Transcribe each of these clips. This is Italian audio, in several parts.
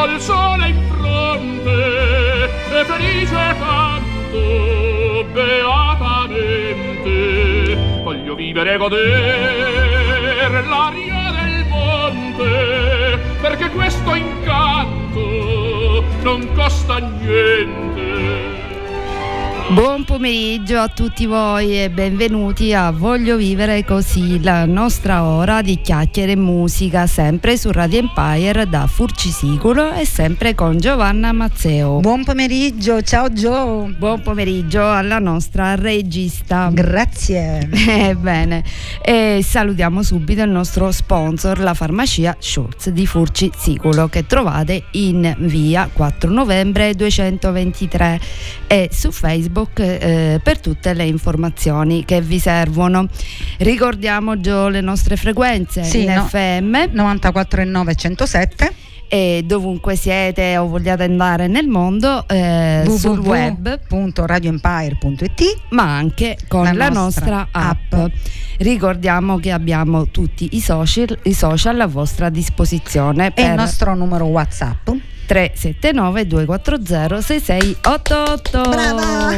col sole in fronte e felice canto beatamente. Voglio vivere e godere l'aria del monte, perché questo incanto non costa niente. Buon pomeriggio a tutti voi e benvenuti a Voglio Vivere Così, la nostra ora di chiacchiere e musica, sempre su Radio Empire da Furcisicolo e sempre con Giovanna Mazzeo. Buon pomeriggio, ciao Gio. Buon pomeriggio alla nostra regista. Grazie. Bene, e salutiamo subito il nostro sponsor, la farmacia Schultz di Furcisicolo, che trovate in via 4 novembre 223 e su Facebook per tutte le informazioni che vi servono. Ricordiamo Gio le nostre frequenze, sì, in FM 94,9 107 e dovunque siete o vogliate andare nel mondo sul web www.radioempire.it, ma anche con la nostra app. Ricordiamo che abbiamo tutti i social a vostra disposizione e il nostro numero WhatsApp 379 240 6688. Brava!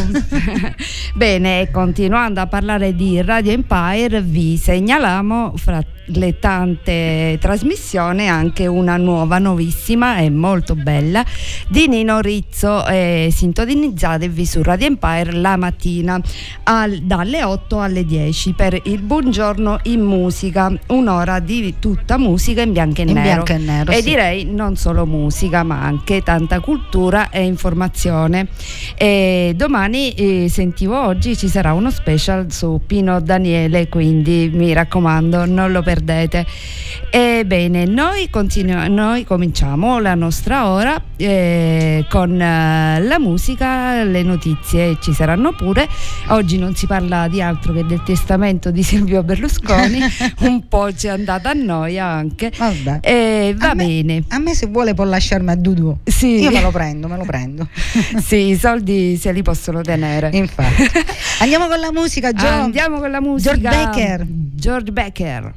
Bene, continuando a parlare di Radio Empire, vi segnaliamo fra le tante trasmissioni anche una nuovissima e molto bella di Nino Rizzo. Sintonizzatevi su Radio Empire la mattina dalle 8 alle 10 per il Buongiorno in musica, un'ora di tutta musica in bianco e nero, e sì. direi non solo musica ma anche tanta cultura e informazione. E domani oggi ci sarà uno special su Pino Daniele, quindi mi raccomando non lo perdete. Ebbene, noi cominciamo la nostra ora con la musica, le notizie ci saranno pure. Oggi non si parla di altro che del testamento di Silvio Berlusconi. Un po' ci è andata a noia anche. Vabbè. Va bene. A me se vuole può lasciarmi a Dudu. Sì. Io me lo prendo. Sì, i soldi se li possono tenere. Infatti. Andiamo con la musica, Gio. Andiamo con la musica. George Baker.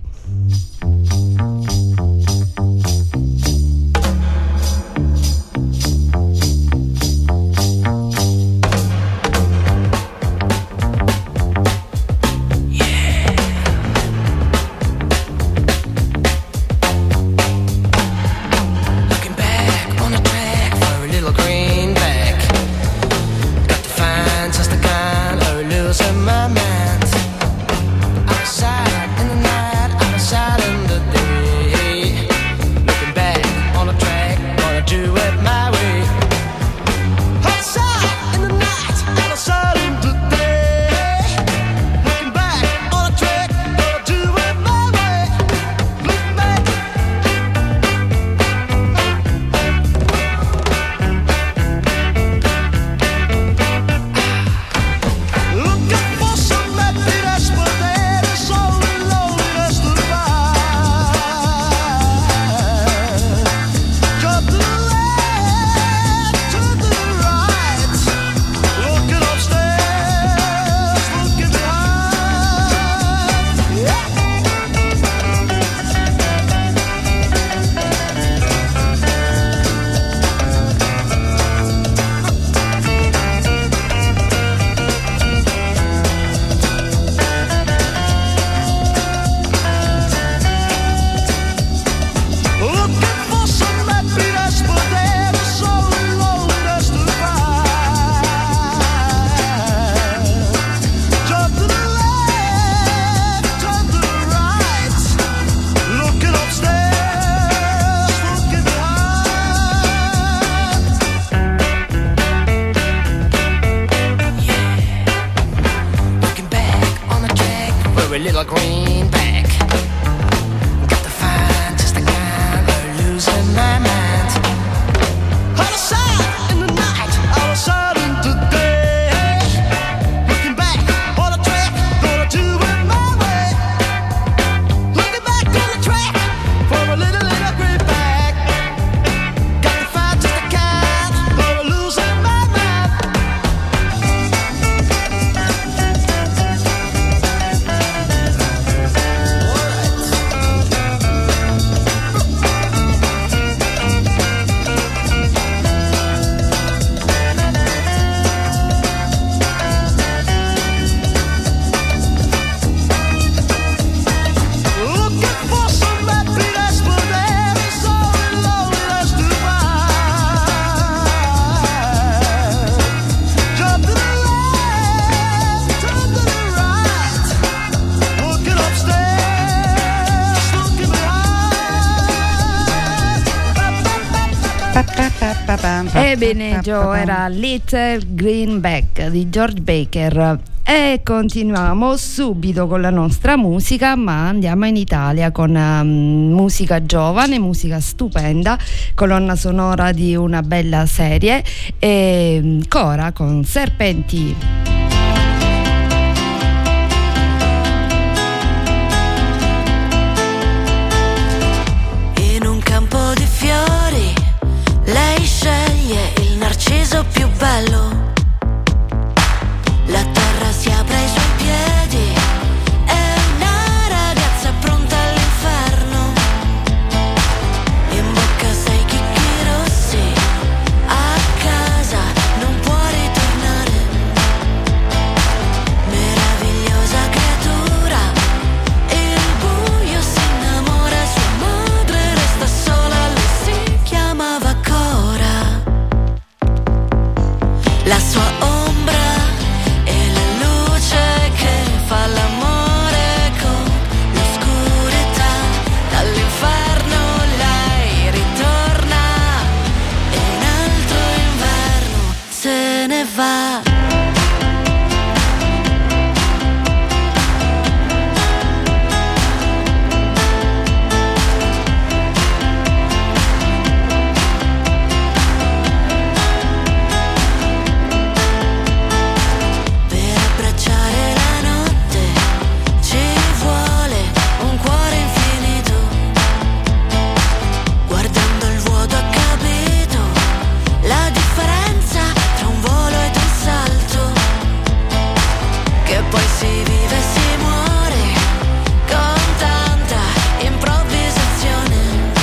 My mind outside in the night, outside in the day. Looking back on the track, gonna do it my way. Outside in the night, outside in the day. Looking back on the track, gonna do it my way. Look back. Looking for some happiness, but there is only loneliness to find. Cut to the left, to the right, looking upstairs, looking behind. Yeah. Looking for some happiness, but there is only loneliness to find. Turn to the left, turn to the right, looking upstairs, looking behind. Looking back on the track for a little greenback. Got to find just the kind of losing my mind. Outside in the night, outside in the day. Looking back on the track, gonna do it my way. Looking back on the track for a little greenback. Got to find just the kind of losing my mind. Alright. Ebbene, Joe, era Little Green Bag di George Baker. E continuiamo subito con la nostra musica, ma andiamo in Italia con musica giovane, musica stupenda, colonna sonora di una bella serie, e Cora con Serpenti. In un campo di fiori lei sceglie il narciso più bello. La terra si apre ai suoi piedi, è una ragazza pronta all'inferno. In bocca sei chicchi rossi, a casa non può ritornare. Meravigliosa creatura, il buio si innamora, sua madre resta sola, lei si chiamava Cora. La sua ombra e la luce che fa l'amore con l'oscurità. Dall'inferno lei ritorna e un altro inverno se ne va. Per abbracciare la notte ci vuole un cuore infinito. Guardando il vuoto ha capito la differenza tra un volo ed un salto. Che poi si vive e si muore con tanta improvvisazione.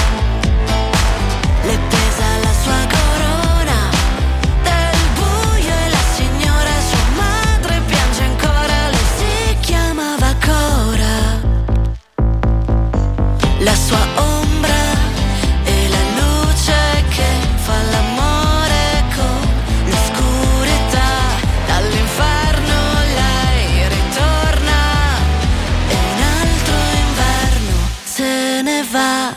Le pesa la sua corona del buio e la signora sua madre piange ancora. Lei si chiamava Cora. La sua ombra e la luce che fa l'amore con l'oscurità. Dall'inferno lei ritorna e un altro inverno se ne va.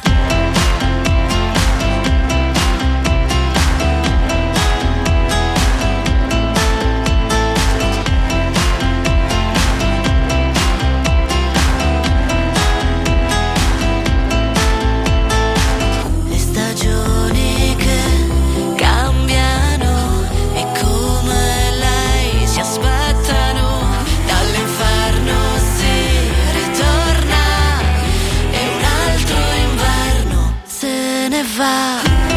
Le stagioni che cambiano e come lei si aspettano. Dall'inferno si ritorna e un altro inverno se ne va.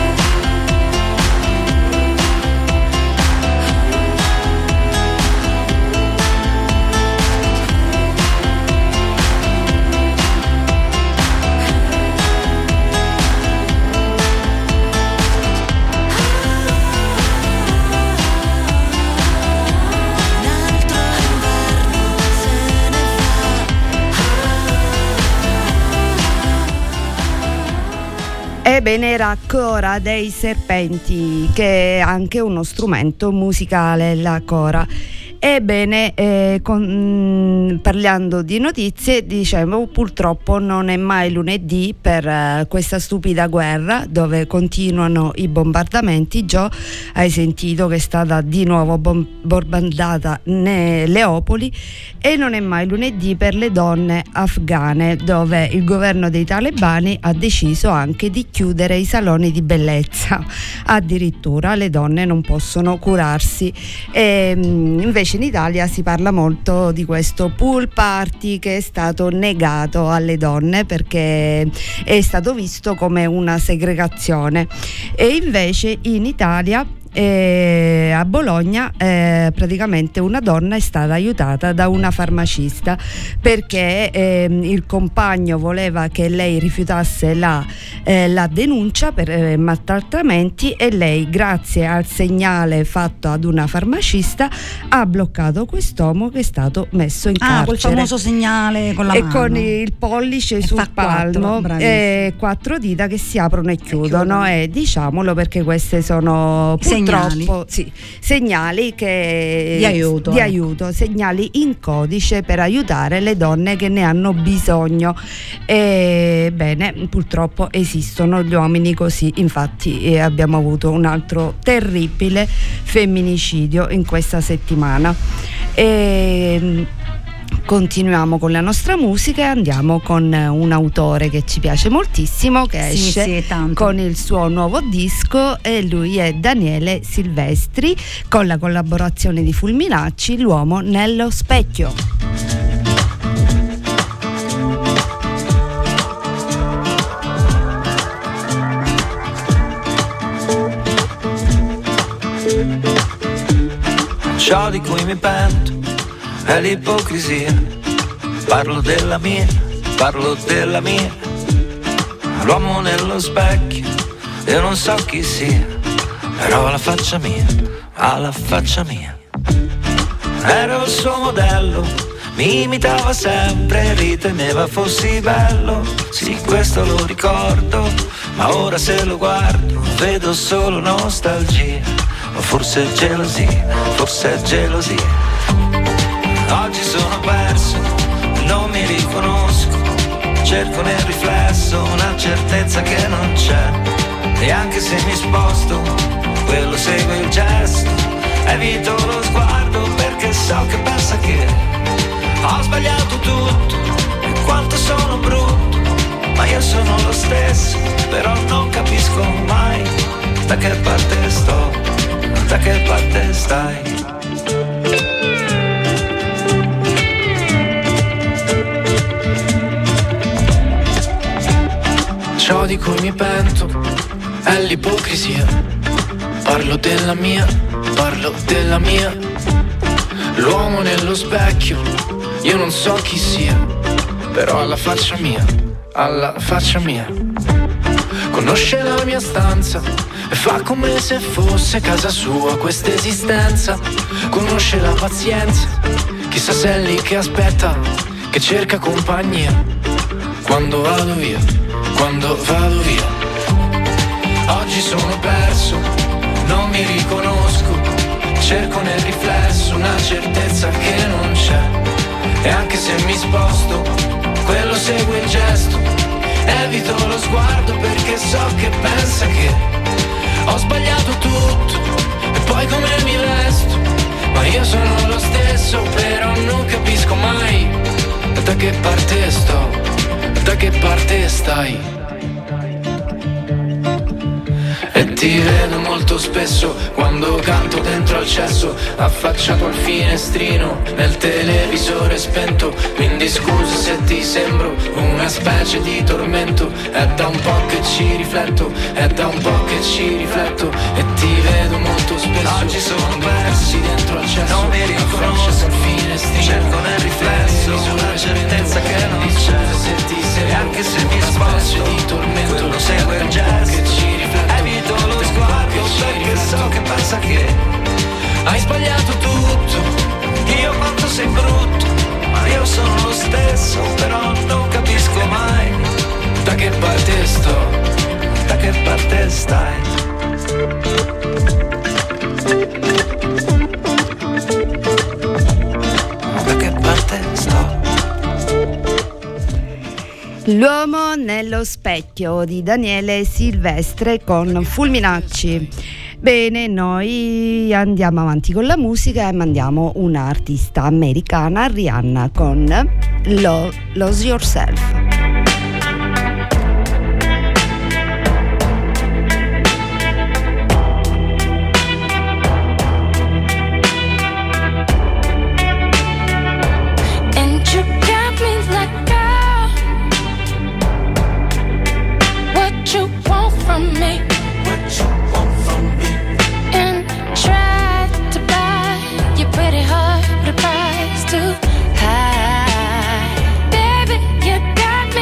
Un altro inverno se ne va. Ebbene, era Cora dei Serpenti, che è anche uno strumento musicale, la cora. Ebbene, parlando di notizie, dicevo, purtroppo non è mai lunedì per questa stupida guerra dove continuano i bombardamenti. Gio, hai sentito che è stata di nuovo bombardata Leopoli, e non è mai lunedì per le donne afghane, dove il governo dei talebani ha deciso anche di chiudere i saloni di bellezza. Addirittura le donne non possono curarsi. Invece in Italia si parla molto di questo pool party che è stato negato alle donne perché è stato visto come una segregazione, e invece in Italia a Bologna praticamente una donna è stata aiutata da una farmacista perché il compagno voleva che lei rifiutasse la denuncia per maltrattamenti, e lei, grazie al segnale fatto ad una farmacista, ha bloccato quest'uomo che è stato messo in carcere. Quel famoso segnale con la e mano. con il pollice sul palmo, 4 dita che si aprono e chiudono, e diciamolo perché queste sono purtroppo purtroppo segnali di aiuto, segnali in codice per aiutare le donne che ne hanno bisogno. Bene, purtroppo esistono gli uomini così, infatti abbiamo avuto un altro terribile femminicidio in questa settimana. Continuiamo con la nostra musica e andiamo con un autore che ci piace moltissimo, che esce con il suo nuovo disco, e lui è Daniele Silvestri, con la collaborazione di Fulminacci, L'uomo nello specchio. Ciò di cui mi pento è l'ipocrisia. Parlo della mia. L'uomo nello specchio, io non so chi sia, però alla faccia mia. Ero il suo modello, mi imitava sempre, riteneva fossi bello. Sì, questo lo ricordo, ma ora se lo guardo vedo solo nostalgia. O forse è gelosia. Oggi sono perso, non mi riconosco, cerco nel riflesso una certezza che non c'è. E anche se mi sposto, quello segue il gesto, evito lo sguardo perché so che pensa che ho sbagliato tutto e quanto sono brutto. Ma io sono lo stesso, però non capisco mai da che parte sto, da che parte stai. Ciò di cui mi pento è l'ipocrisia. Parlo della mia. L'uomo nello specchio, io non so chi sia, però alla faccia mia. Conosce la mia stanza e fa come se fosse casa sua questa esistenza. Conosce la pazienza, chissà se è lì che aspetta, che cerca compagnia quando vado via. Oggi sono perso, non mi riconosco, cerco nel riflesso una certezza che non c'è. E anche se mi sposto, quello segue il gesto, evito lo sguardo perché so che pensa che ho sbagliato tutto e poi come mi vesto. Ma io sono lo stesso, però non capisco mai da che parte sto, da che parte stai. E ti vedo molto spesso quando canto dentro al cesso, affacciato al finestrino nel televisore spento. Quindi scusa se ti sembro una specie di tormento, è da un po' che ci rifletto, E ti vedo molto spesso. Oggi sono persi dentro al cesso, non mi riconosco, al finestrino, cerco nel riflesso una certezza che non c'è. E anche se mi sposto, quello segue il gesto, evito lo sguardo perché so che pensa che hai sbagliato tutto. Io quanto sei brutto, ma io sono lo stesso, però non capisco mai da che parte sto, da che parte stai. Da che parte sto. L'uomo nello specchio di Daniele Silvestre con Fulminacci. Bene, noi andiamo avanti con la musica e mandiamo un'artista americana, Rihanna, con Lose Yourself. Too high, baby, you got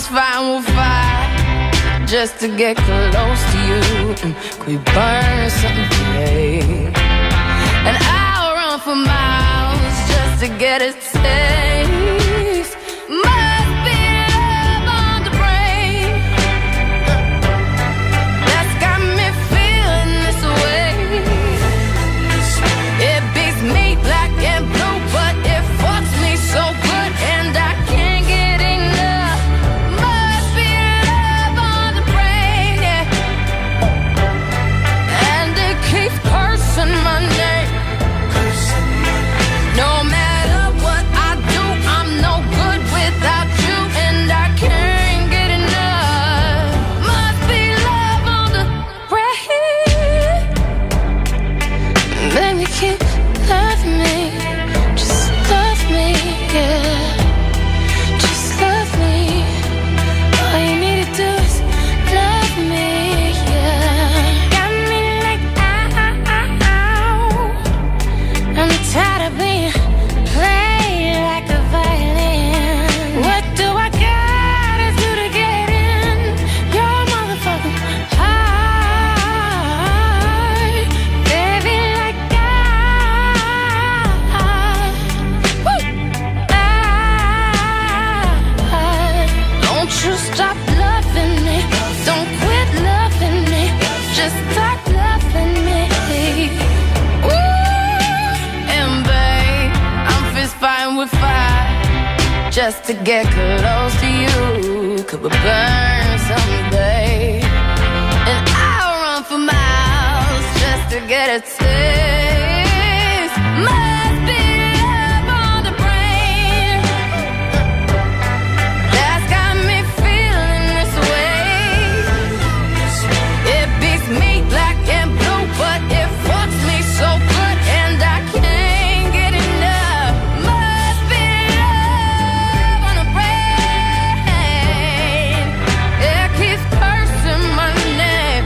fist fighting with fire just to get close to you. Could we burn something today? And I'll run for miles just to get a taste. Must be love on the brain that's got me feeling this way. It beats me black and blue, but it fucks me so good, and I can't get enough. Must be love on the brain, yeah. And it keeps cursing my name. No matter what I do, I'm no good without you, and I can't get enough. Must be love on the brain. Baby, keep loving me, just love me, yeah. Just love me. All you need to do is love me, yeah. Got me like ow. I'm tired of being played like a violin. What do I gotta do to get in your motherfucking heart? Baby, like don't you stop loving me. Don't quit loving me. Just stop loving me. Ooh, and babe, I'm fist fighting with fire just to get close to you. Could we burn someday? And I'll run for miles just to get a taste. Must be love on the brain that's got me feeling this way. It beats me black and blue, but it fucks me so good, and I can't get enough. Must be love on the brain. It keeps cursing my name.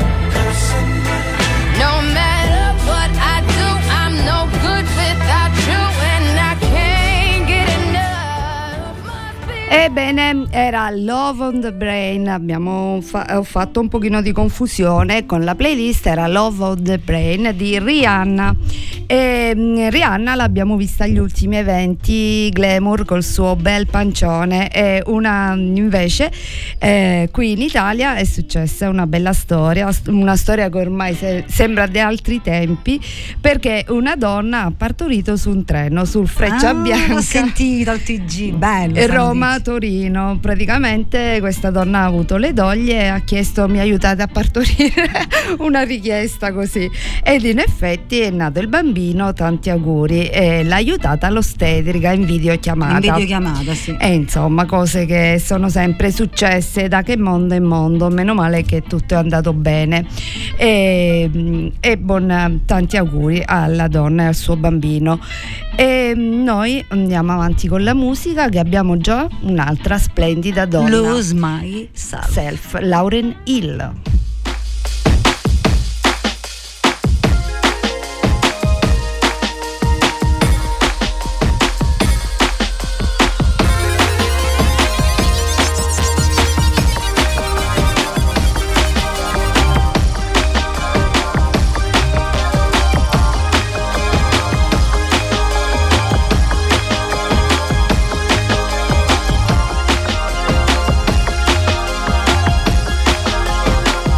No matter what I do, I'm no good without you, and I can't get enough. Must be Ebbene, era Love on the Brain. Ho fatto un pochino di confusione con la playlist. Era Love on the Brain di Rihanna. Rihanna l'abbiamo vista agli ultimi eventi Glamour col suo bel pancione, e invece qui in Italia è successa una bella storia, una storia che ormai sembra di altri tempi, perché una donna ha partorito su un treno, sul Freccia Bianca. L'ho sentito al TG, bello. Roma-Torino. Praticamente questa donna ha avuto le doglie e ha chiesto: mi aiutate a partorire? Una richiesta così, ed in effetti è nato il bambino, tanti auguri, e l'ha aiutata all'ostetrica in videochiamata. Sì. E insomma, cose che sono sempre successe da che mondo è mondo. Meno male che tutto è andato bene, e tanti auguri alla donna e al suo bambino. E noi andiamo avanti con la musica, che abbiamo già un'altra splendida donna, Lose Myself, Lauryn Hill. Lose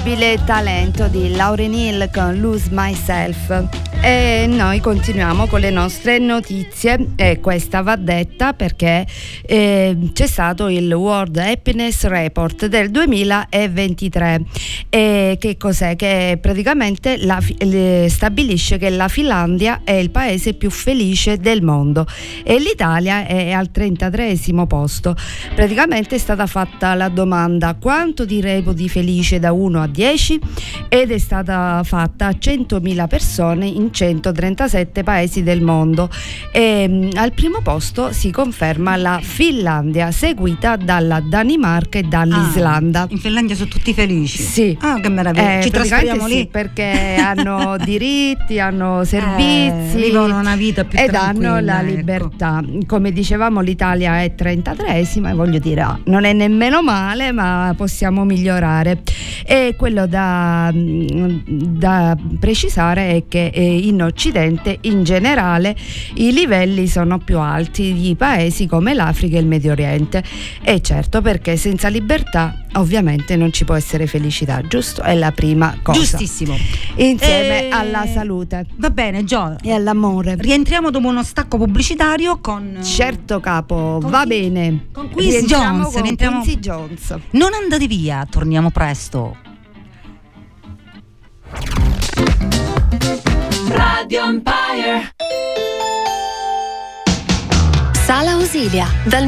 incredibile talento di Lauryn Hill con Lose Myself. E noi continuiamo con le nostre notizie, e questa va detta perché c'è stato il World Happiness Report del 2023. Che cos'è? Che praticamente stabilisce che la Finlandia è il paese più felice del mondo e l'Italia è al 33esimo posto. Praticamente è stata fatta la domanda: quanto ti reputi felice da 1 a 10? Ed è stata fatta a 100.000 persone in 137 paesi del mondo. Al primo posto si conferma la Finlandia, seguita dalla Danimarca e dall'Islanda. In Finlandia sono tutti felici? Sì. Ah, che meraviglia. Ci trasferiamo lì? Sì, perché hanno diritti, hanno servizi, vivono una vita più ed tranquilla, hanno la ecco. libertà. Come dicevamo, l'Italia è 33esima e voglio dire, non è nemmeno male, ma possiamo migliorare. E quello da precisare è che in Occidente in generale i livelli sono più alti di paesi come l'Africa e il Medio Oriente, e certo, perché senza libertà ovviamente non ci può essere felicità, giusto? È la prima cosa. Giustissimo. Insieme alla salute. Va bene, Gio. E all'amore. Rientriamo dopo uno stacco pubblicitario con... Certo, capo, va bene. Con Quincy Jones. Quincy Jones. Non andate via, torniamo presto. Radio Empire. Sala Ausilia, dal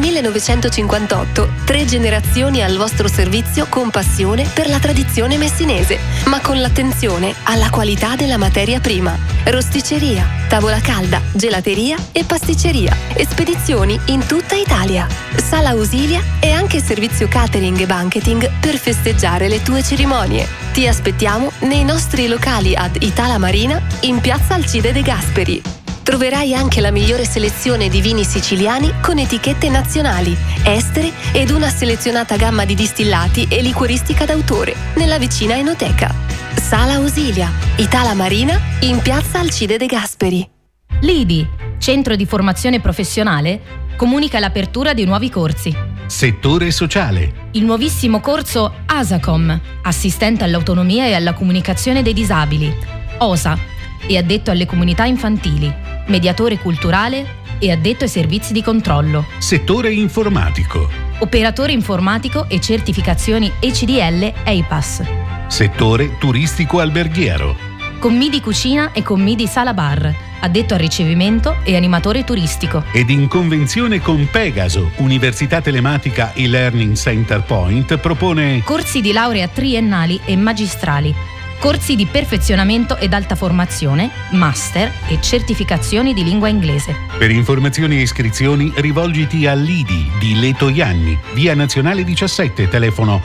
1958, 3 generazioni al vostro servizio con passione per la tradizione messinese, ma con l'attenzione alla qualità della materia prima. Rosticceria, tavola calda, gelateria e pasticceria e spedizioni in tutta Italia. Sala Ausilia è anche servizio catering e banqueting per festeggiare le tue cerimonie. Ti aspettiamo nei nostri locali ad Itala Marina in piazza Alcide De Gasperi. Troverai anche la migliore selezione di vini siciliani con etichette nazionali, estere ed una selezionata gamma di distillati e liquoristica d'autore nella vicina enoteca. Sala Ausilia, Itala Marina, in piazza Alcide De Gasperi. L'IDI, Centro di Formazione Professionale, comunica l'apertura di nuovi corsi. Settore sociale. Il nuovissimo corso ASACOM, Assistente all'autonomia e alla comunicazione dei disabili. OSA, e addetto alle comunità infantili. Mediatore culturale e addetto ai servizi di controllo. Settore informatico. Operatore informatico e certificazioni ECDL EIPAS. Settore turistico alberghiero. Commidi cucina e commidi sala bar, addetto al ricevimento e animatore turistico. Ed in convenzione con Pegaso, Università Telematica e Learning Center Point propone corsi di laurea triennali e magistrali, corsi di perfezionamento ed alta formazione, master e certificazioni di lingua inglese. Per informazioni e iscrizioni rivolgiti all'IDI di Leto Ianni, via Nazionale 17, telefono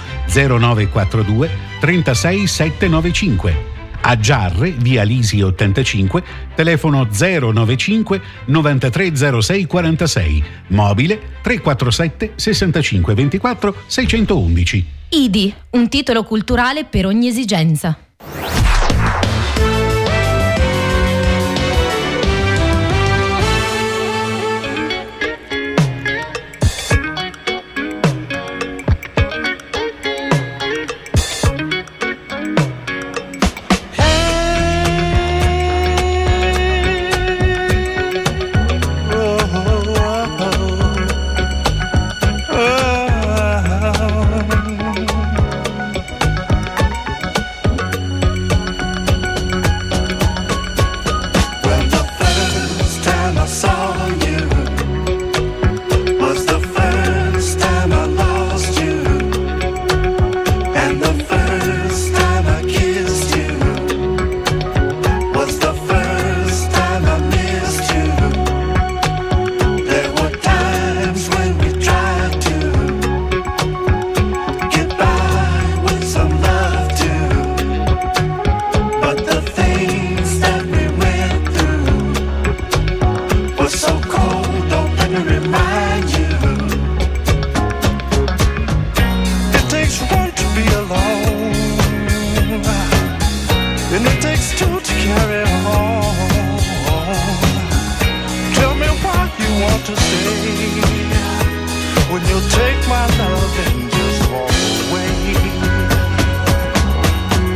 0942 36 795. A Giarre, via Lisi 85, telefono 095 9306 46, mobile 347 65 24 611. IDI, un titolo culturale per ogni esigenza. When you take my love and just walk away.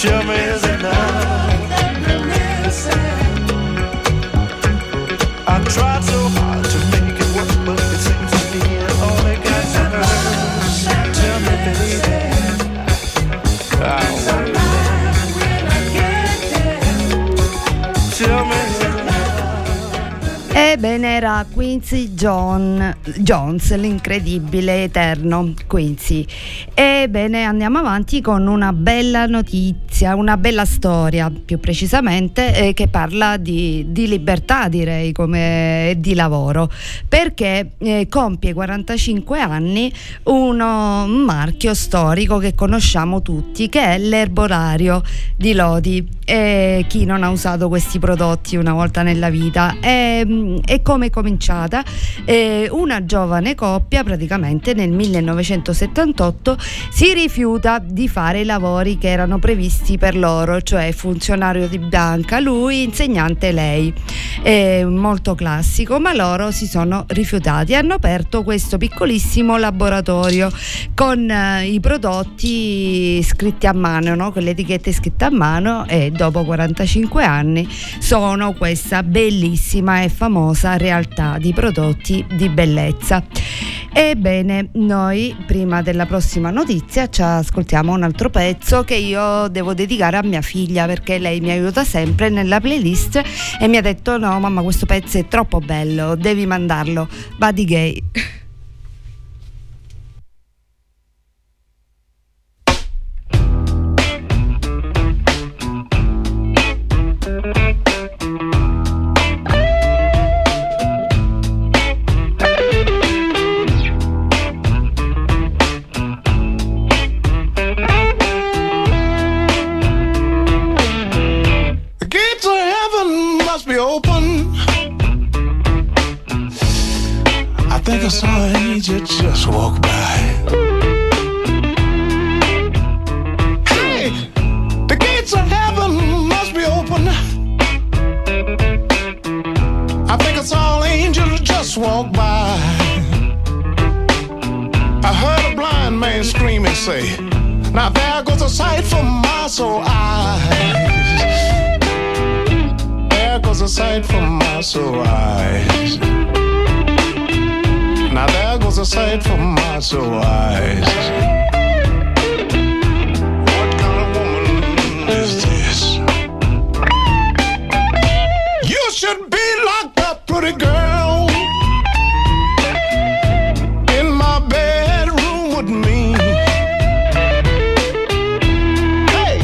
Tell me, is it love that we're missing? I tried so hard to make it work, but it seems to be all it got to hurt. Tell me, baby, tell me. Ebbene, era Quincy Jones, l'incredibile eterno Quincy. Ebbene, andiamo avanti con una bella notizia, una bella storia, più precisamente, che parla di libertà, direi, come di lavoro, perché compie 45 anni un marchio storico che conosciamo tutti, che è l'Erbolario di Lodi. E chi non ha usato questi prodotti una volta nella vita? E come è cominciata? Una giovane coppia, praticamente nel 1978, si rifiuta di fare i lavori che erano previsti per loro, cioè funzionario di banca lui, insegnante lei. Molto classico, ma loro si sono rifiutati, hanno aperto questo piccolissimo laboratorio con i prodotti scritti a mano, no? Con le etichette scritte a mano, e dopo 45 anni sono questa bellissima e famosa realtà di prodotti di bellezza. Ebbene, noi prima della prossima notizia ci ascoltiamo un altro pezzo che io devo dedicare a mia figlia, perché lei mi aiuta sempre nella playlist e mi ha detto: no mamma, questo pezzo è troppo bello, devi mandarlo. Buddy Gay. I saw an angel just walk by. Hey, the gates of heaven must be open. I think I saw an angel just walk by. I heard a blind man scream and say, now there goes a sight for my soul eyes. There goes a sight for my soul eyes. Now there goes a sight for my soul eyes. What kind of woman is this? You should be locked up, pretty girl, in my bedroom with me. Hey,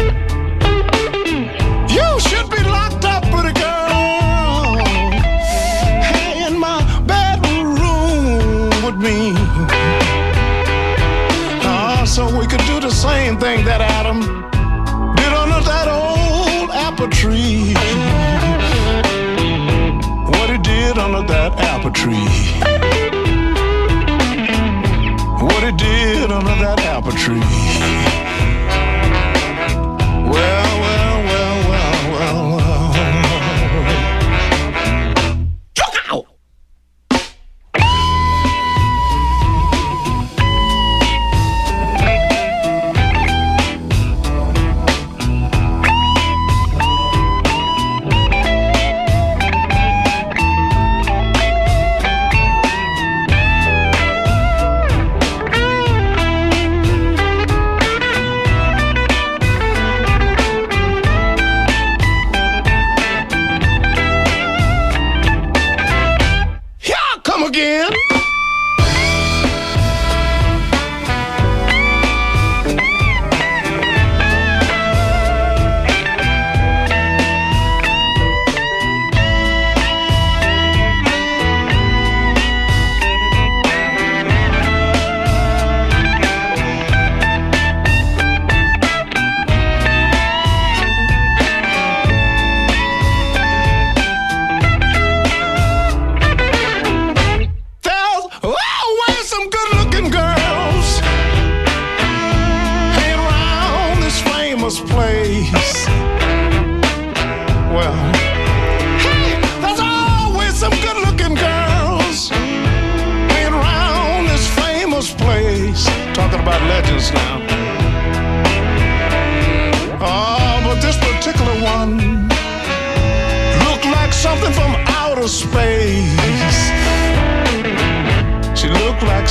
you should be locked up, pretty girl, hey, in my bedroom with me. So we could do the same thing that Adam did under that old apple tree. What he did under that apple tree. What he did under that apple tree. Well, well, well, well, well, well. Look out! Again. Talking about legends now. Oh,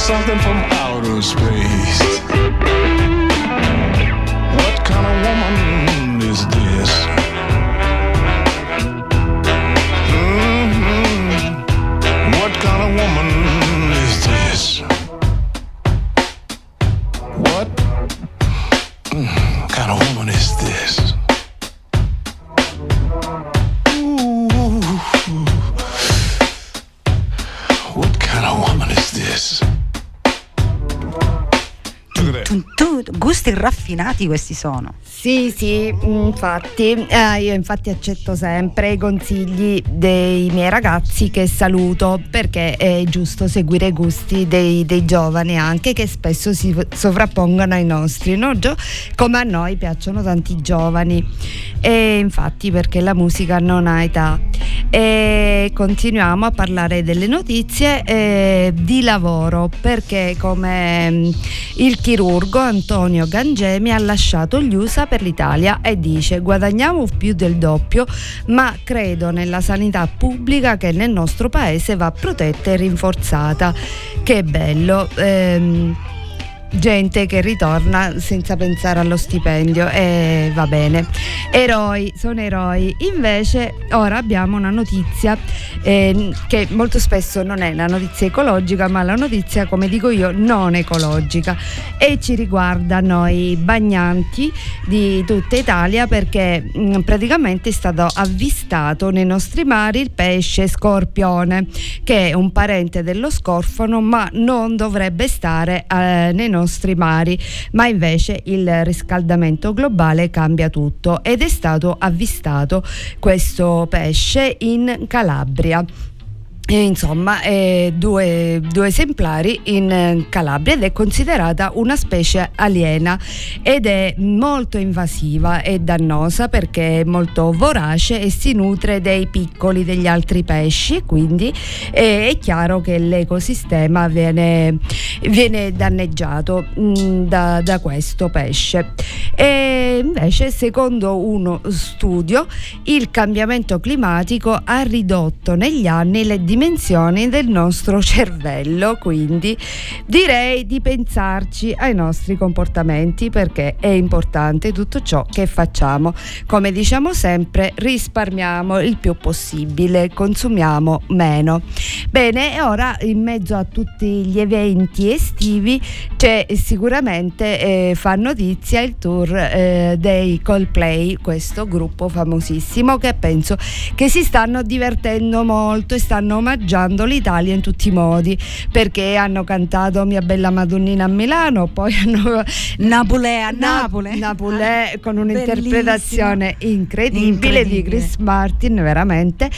something from outer space. What kind of woman is this? What kind of woman is this? What kind of woman is this? Ooh. What kind of woman is this? Gusti raffinati questi sono. Sì, infatti, io infatti accetto sempre i consigli dei miei ragazzi che saluto, perché è giusto seguire i gusti dei giovani, anche che spesso si sovrappongono ai nostri, no? Come a noi piacciono tanti giovani, e infatti perché la musica non ha età. E continuiamo a parlare delle notizie di lavoro, perché come il chirurgo Antonio Gangemi ha lasciato gli USA per l'Italia e dice: guadagniamo più del doppio, ma credo nella sanità pubblica che nel nostro paese va protetta e rinforzata. Che bello, gente che ritorna senza pensare allo stipendio, e va bene, sono eroi. Invece ora abbiamo una notizia che molto spesso non è la notizia ecologica, ma la notizia, come dico io, non ecologica, e ci riguarda noi bagnanti di tutta Italia, perché praticamente è stato avvistato nei nostri mari il pesce scorpione, che è un parente dello scorfano, ma non dovrebbe stare nei nostri mari, ma invece il riscaldamento globale cambia tutto, ed è stato avvistato questo pesce in Calabria. Insomma, due esemplari in Calabria, ed è considerata una specie aliena ed è molto invasiva e dannosa, perché è molto vorace e si nutre degli altri pesci, quindi è chiaro che l'ecosistema viene danneggiato da questo pesce. E invece, secondo uno studio, il cambiamento climatico ha ridotto negli anni le dimensioni del nostro cervello, quindi direi di pensarci ai nostri comportamenti, perché è importante tutto ciò che facciamo. Come diciamo sempre, risparmiamo il più possibile, consumiamo meno. Bene, e ora, in mezzo a tutti gli eventi estivi, c'è sicuramente fa notizia il tour dei Coldplay, questo gruppo famosissimo che penso che si stanno divertendo molto e stanno omaggiando l'Italia in tutti i modi, perché hanno cantato Mia bella Madonnina a Milano, poi hanno Napolè a Napoli, con un'interpretazione incredibile di Chris Martin, veramente,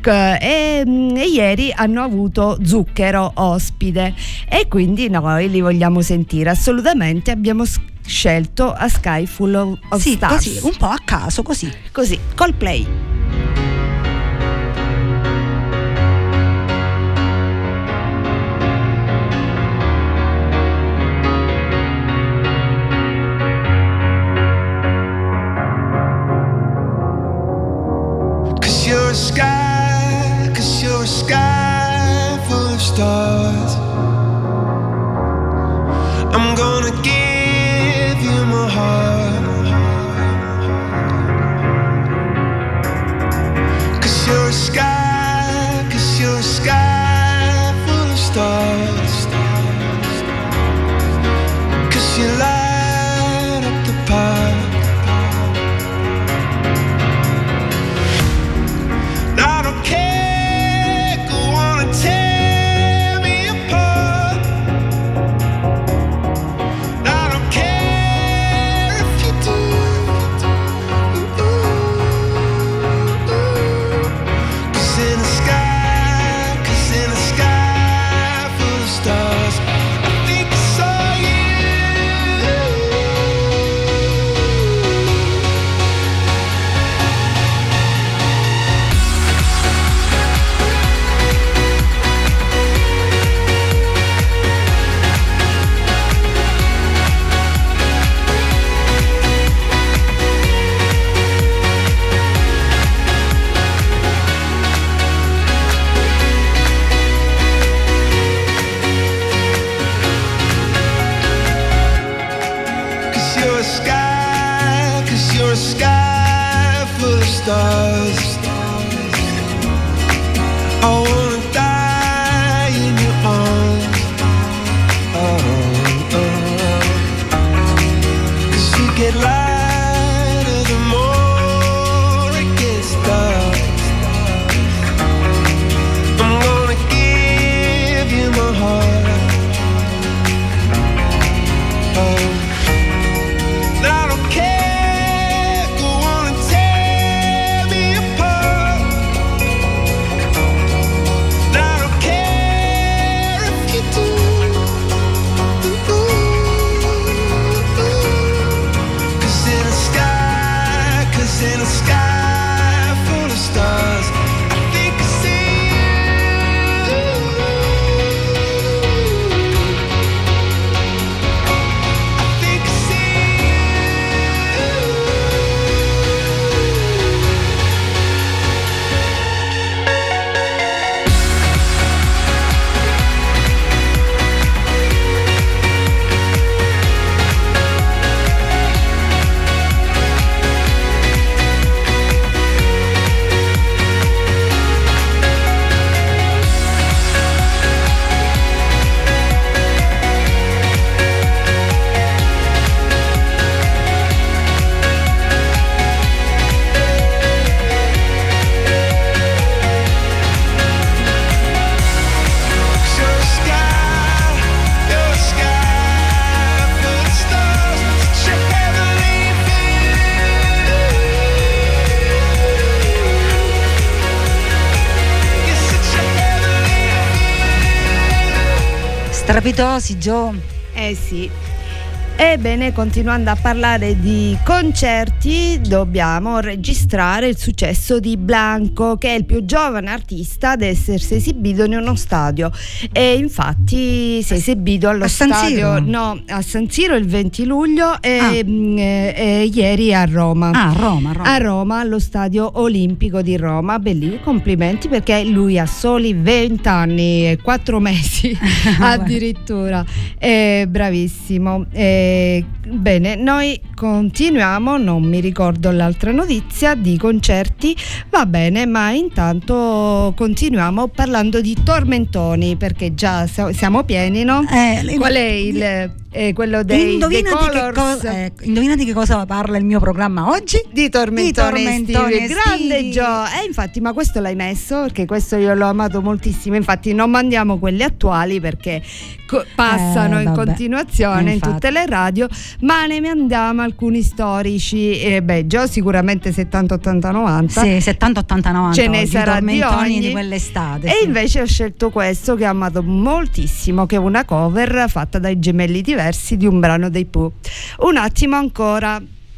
e ieri hanno avuto Zucchero ospite, e quindi noi li vogliamo sentire assolutamente. Abbiamo scelto A Sky Full of Stars, così, un po' a caso, così Coldplay. Cause you're a sky full of stars. I'm gonna give you my heart. Cause you're a sky full of stars. Cause you light up the park. I don't care, go on and tear me apart. I a sky full of stars. I wanna die in your arms. Cause you get lighter the more it gets dark. I'm gonna give you my heart. I don't care, go on and tear me apart. I don't care if you do. Cause in a sky full of stars, I think I see you. I think I see Strepitosi, Gio. Eh sì. Ebbene, continuando a parlare di concerti, dobbiamo registrare il successo di Blanco, che è il più giovane artista ad essersi esibito in uno stadio. E infatti si è esibito allo stadio a San Siro il 20 luglio e ieri a Roma. A Roma, allo stadio olimpico di Roma. Bellissimo, complimenti, perché lui ha soli 20 anni e 4 mesi addirittura. Bravissimo. Bene, noi continuiamo, non mi ricordo l'altra notizia di concerti, va bene, ma intanto continuiamo parlando di tormentoni, perché già siamo pieni, no? Qual è quello dei Colors? Indovinate che cosa parla il mio programma oggi? Di tormentoni estivi. Grande estivi. Gio. Infatti, ma questo l'hai messo? Perché questo io l'ho amato moltissimo. Infatti non mandiamo quelli attuali perché passano in continuazione in tutte le radio, ma ne mandiamo alcuni storici. Gio sicuramente 70, 80, 90. Sì, 70, 80, 90. Ce ne sarà di ogni. Di quell'estate. E invece ho scelto questo che ho amato moltissimo, che è una cover fatta dai Gemelli Diversi di un brano dei Pooh. Un attimo ancora.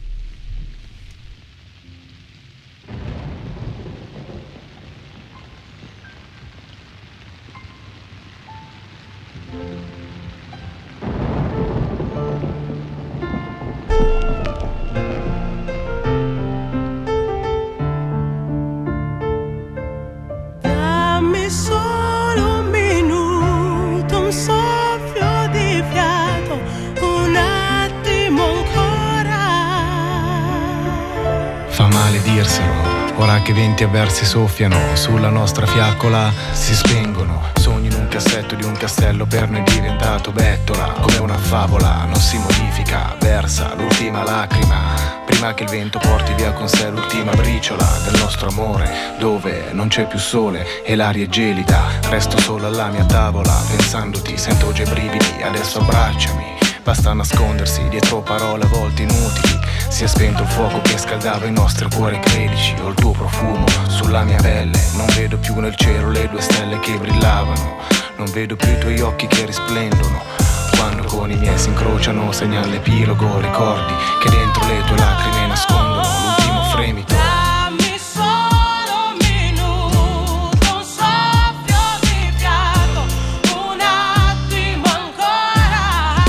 Dammi solo un minuto, un soffio di fiato, un attimo ancora. Fa male dirselo, ora che venti avversi soffiano sulla nostra fiaccola, si spengono. Sogni in un cassetto di un castello per noi diventato bettola, come una favola, non si modifica, versa l'ultima lacrima prima che il vento porti via con sé l'ultima briciola del nostro amore, dove non c'è più sole e l'aria è gelida. Resto solo alla mia tavola, pensandoti, sento già i brividi, adesso abbracciami. Basta nascondersi dietro parole a volte inutili. Si è spento il fuoco che scaldava i nostri cuori, credici. Ho il tuo profumo sulla mia pelle. Non vedo più nel cielo le due stelle che brillavano. Non vedo più i tuoi occhi che risplendono. Quando con i miei si incrociano, segna l'epilogo. Ricordi che dentro le tue lacrime nascondono l'ultimo fremito. Dammi solo un minuto, un soffio di fiato, un attimo ancora.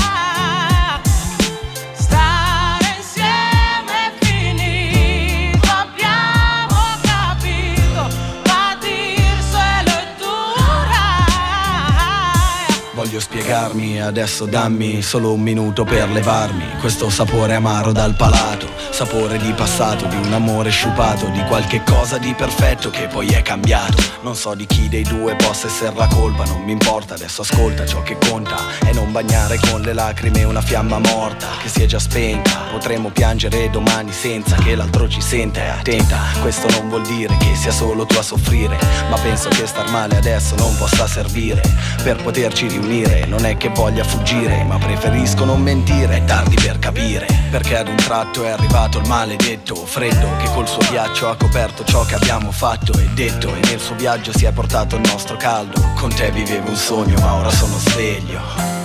Stare insieme è finito, abbiamo capito, ma dirselo è dura. Voglio spiegarmi, adesso dammi solo un minuto per levarmi questo sapore amaro dal palato. sapore di passato, di un amore sciupato, di qualche cosa di perfetto che poi è cambiato. Non so di chi dei due possa essere la colpa, non mi importa, adesso ascolta, ciò che conta è non bagnare con le lacrime una fiamma morta che si è già spenta. Potremmo piangere domani senza che l'altro ci senta. Attenta, questo non vuol dire che sia solo tu a soffrire, ma penso che star male adesso non possa servire per poterci riunire. Non è che voglia fuggire, ma preferisco non mentire. È tardi per capire perché ad un tratto è arrivato il maledetto freddo che col suo ghiaccio ha coperto ciò che abbiamo fatto e detto, e nel suo viaggio si è portato il nostro caldo. Con te vivevo un sogno, ma ora sono sveglio.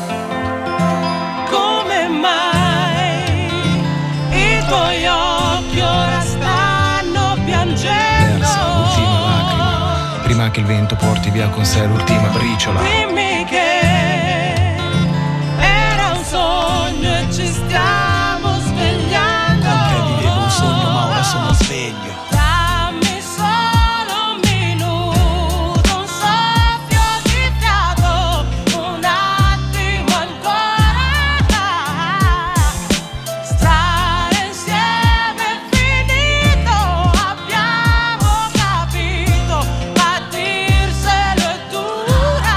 Come mai i tuoi occhi ora stanno piangendo? Versa l'ultima lacrima, prima che il vento porti via con sé l'ultima briciola. Dimmi che era un sogno e ci stiamo svegliando. Con te vivevo un sogno, ma ora sono sveglio. Dammi solo un minuto, un soffio di fiato, un attimo ancora. Stare insieme è finito, abbiamo capito, ma dirselo è dura.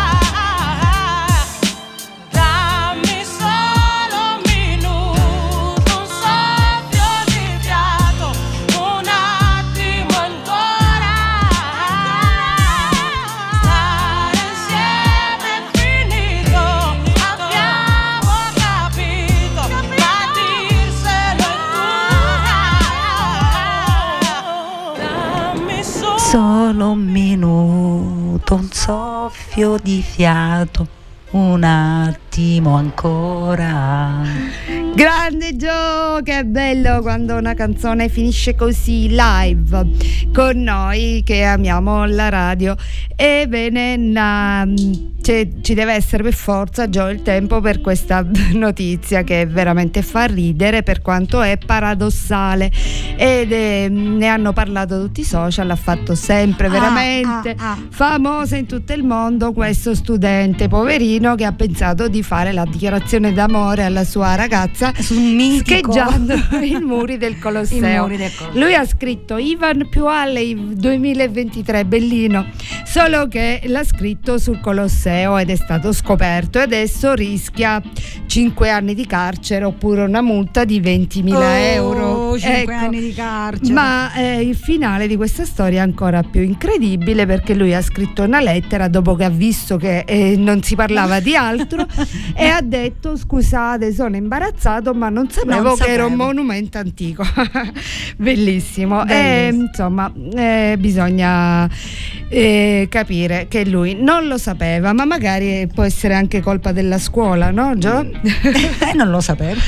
Dammi solo un minuto, un soffio di fiato, un attimo ancora. Stare insieme è finito, abbiamo capito, ma dirselo è dura. Dammi Solo un minuto, un soffio di fiato, un attimo ancora. Grande Gio, che bello quando una canzone finisce così live con noi che amiamo la radio. Ebbene, ci deve essere per forza, Gio, il tempo per questa notizia che veramente fa ridere per quanto è paradossale, ed ne hanno parlato tutti i social, ha fatto sempre veramente famosa in tutto il mondo questo studente poverino che ha pensato di fare la dichiarazione d'amore alla sua ragazza scheggiando i muri del Colosseo. Lui ha scritto Ivan Piuale 2023, bellino, solo che l'ha scritto sul Colosseo ed è stato scoperto e adesso rischia 5 anni di carcere oppure una multa di 20.000 euro. 5 anni di carcere. Ma il finale di questa storia è ancora più incredibile, perché lui ha scritto una lettera dopo che ha visto che non si parlava di altro e ha detto: scusate, sono imbarazzato, ma non sapevo che era un monumento antico. Bellissimo. Insomma, bisogna capire che lui non lo sapeva, ma magari può essere anche colpa della scuola, no Gio? Non lo sapeva.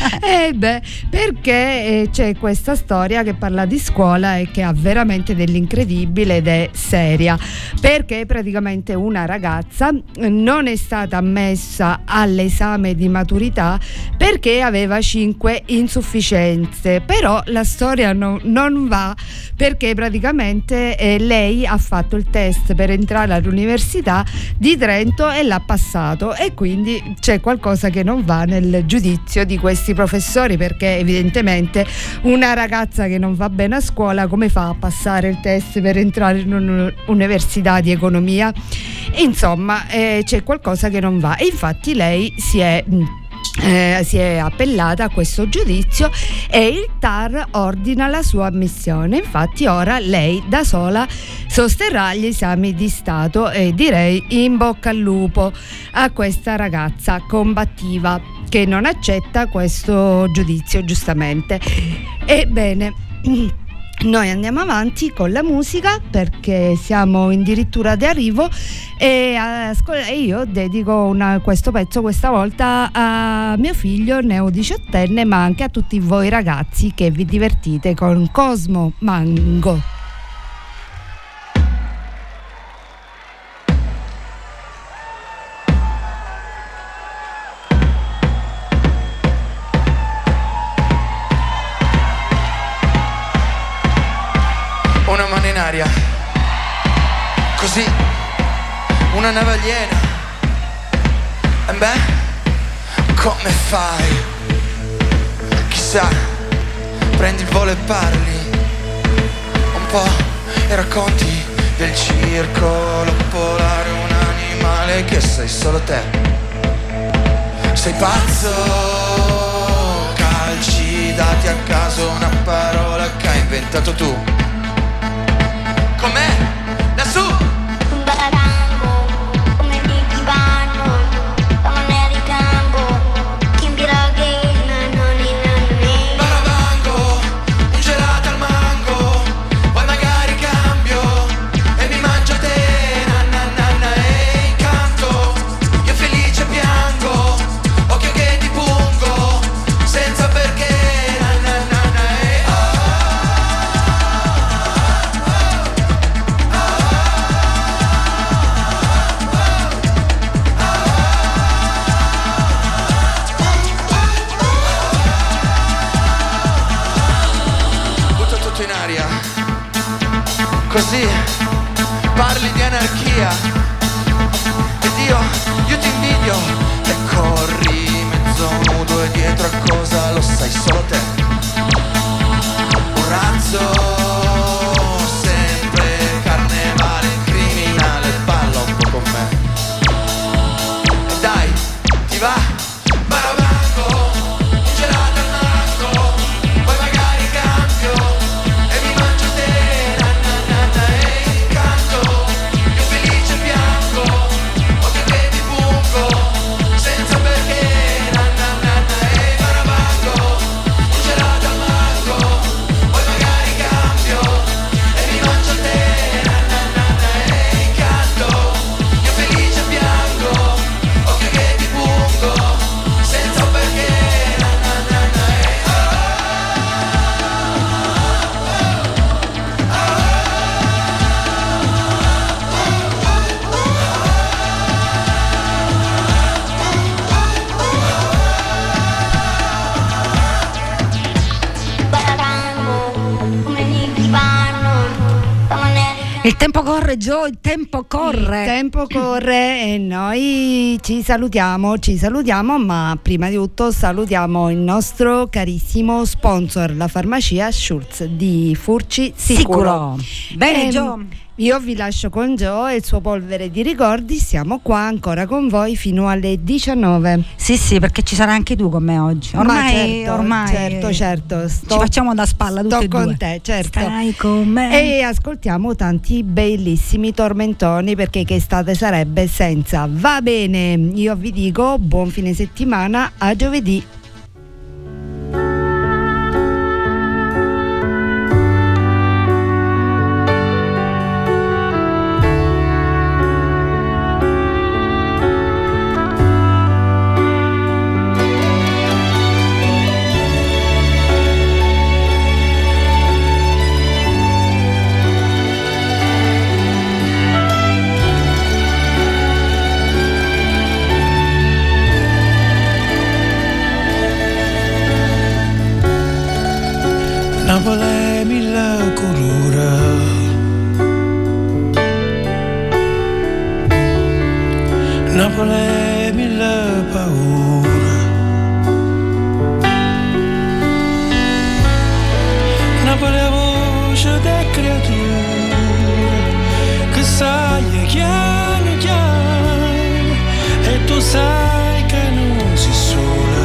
Perché c'è questa storia che parla di scuola e che ha veramente dell'incredibile ed è seria, perché praticamente una ragazza non è stata ammessa all'esame di maturità perché aveva 5 insufficienze. Però la storia non va, perché praticamente lei ha fatto il test per entrare all'Università di Trento e l'ha passato, e quindi c'è qualcosa che non va nel giudizio di questi professori, perché evidentemente una ragazza che non va bene a scuola come fa a passare il test per entrare in un'università di economia? Insomma, c'è qualcosa che non va, e infatti lei si è appellata a questo giudizio e il TAR ordina la sua ammissione. Infatti ora lei da sola sosterrà gli esami di Stato, e direi in bocca al lupo a questa ragazza combattiva che non accetta questo giudizio, giustamente. Ebbene, noi andiamo avanti con la musica perché siamo addirittura di arrivo, e io dedico questo pezzo questa volta a mio figlio neo 18enne, ma anche a tutti voi ragazzi che vi divertite con Cosmo Mango. Una mano in aria, così, una nave aliena. E beh, come fai? Chissà, prendi il volo e parli un po' e racconti del circolo polare, un animale che sei solo te. Sei pazzo, calci dati a caso, una parola che hai inventato tu. Com'è? Lassù! Un bararango, come di divano, come nel campo, chi mi raghina, non in anni. Barabango, un gelato al mango, poi magari cambio e mi mangio te, na na na na, e canto, io felice piango, occhio che ti pungo, senza perché, na na na na, e butto tutto in aria, così parli di anarchia ed io ti invidio e corri mezzo nudo e dietro a cosa lo sai solo te. Un razzo sempre carnevale, criminale, balla un po' con me. E dai, ti va? Barabango, un gelato al mango, poi magari cambio e mi mangio te, na na na na, e canto, io felice piango, occhio che ti pungo, senza perché, na na na na, e barabango, un gelato al mango, poi magari cambio e mi mangio te, na na na na, e canto, io felice piango, occhio che ti pungo, senza perché, na na na na, e Bararango, come di divano, come nel Il tempo corre, Gio, il tempo corre. Il tempo corre e noi ci salutiamo, ma prima di tutto salutiamo il nostro carissimo sponsor, la farmacia Schultz di Furci Sicuro. Bene, Gio. Io vi lascio con Gio e il suo polvere di ricordi, siamo qua ancora con voi fino alle 19. Sì, perché ci sarai anche tu con me oggi. Ormai Certo. Ci facciamo da spalla tutte e due. Sto con te, certo. Stai con me. E ascoltiamo tanti bellissimi tormentoni, perché che estate sarebbe senza. Va bene, io vi dico buon fine settimana, a giovedì. Napoli mille colore, Napoli mille paure, Napoli è voce delle creature che sai chiaro e tu sai che non si sola.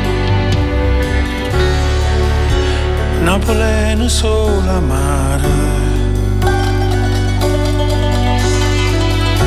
Napoli è una sola mare,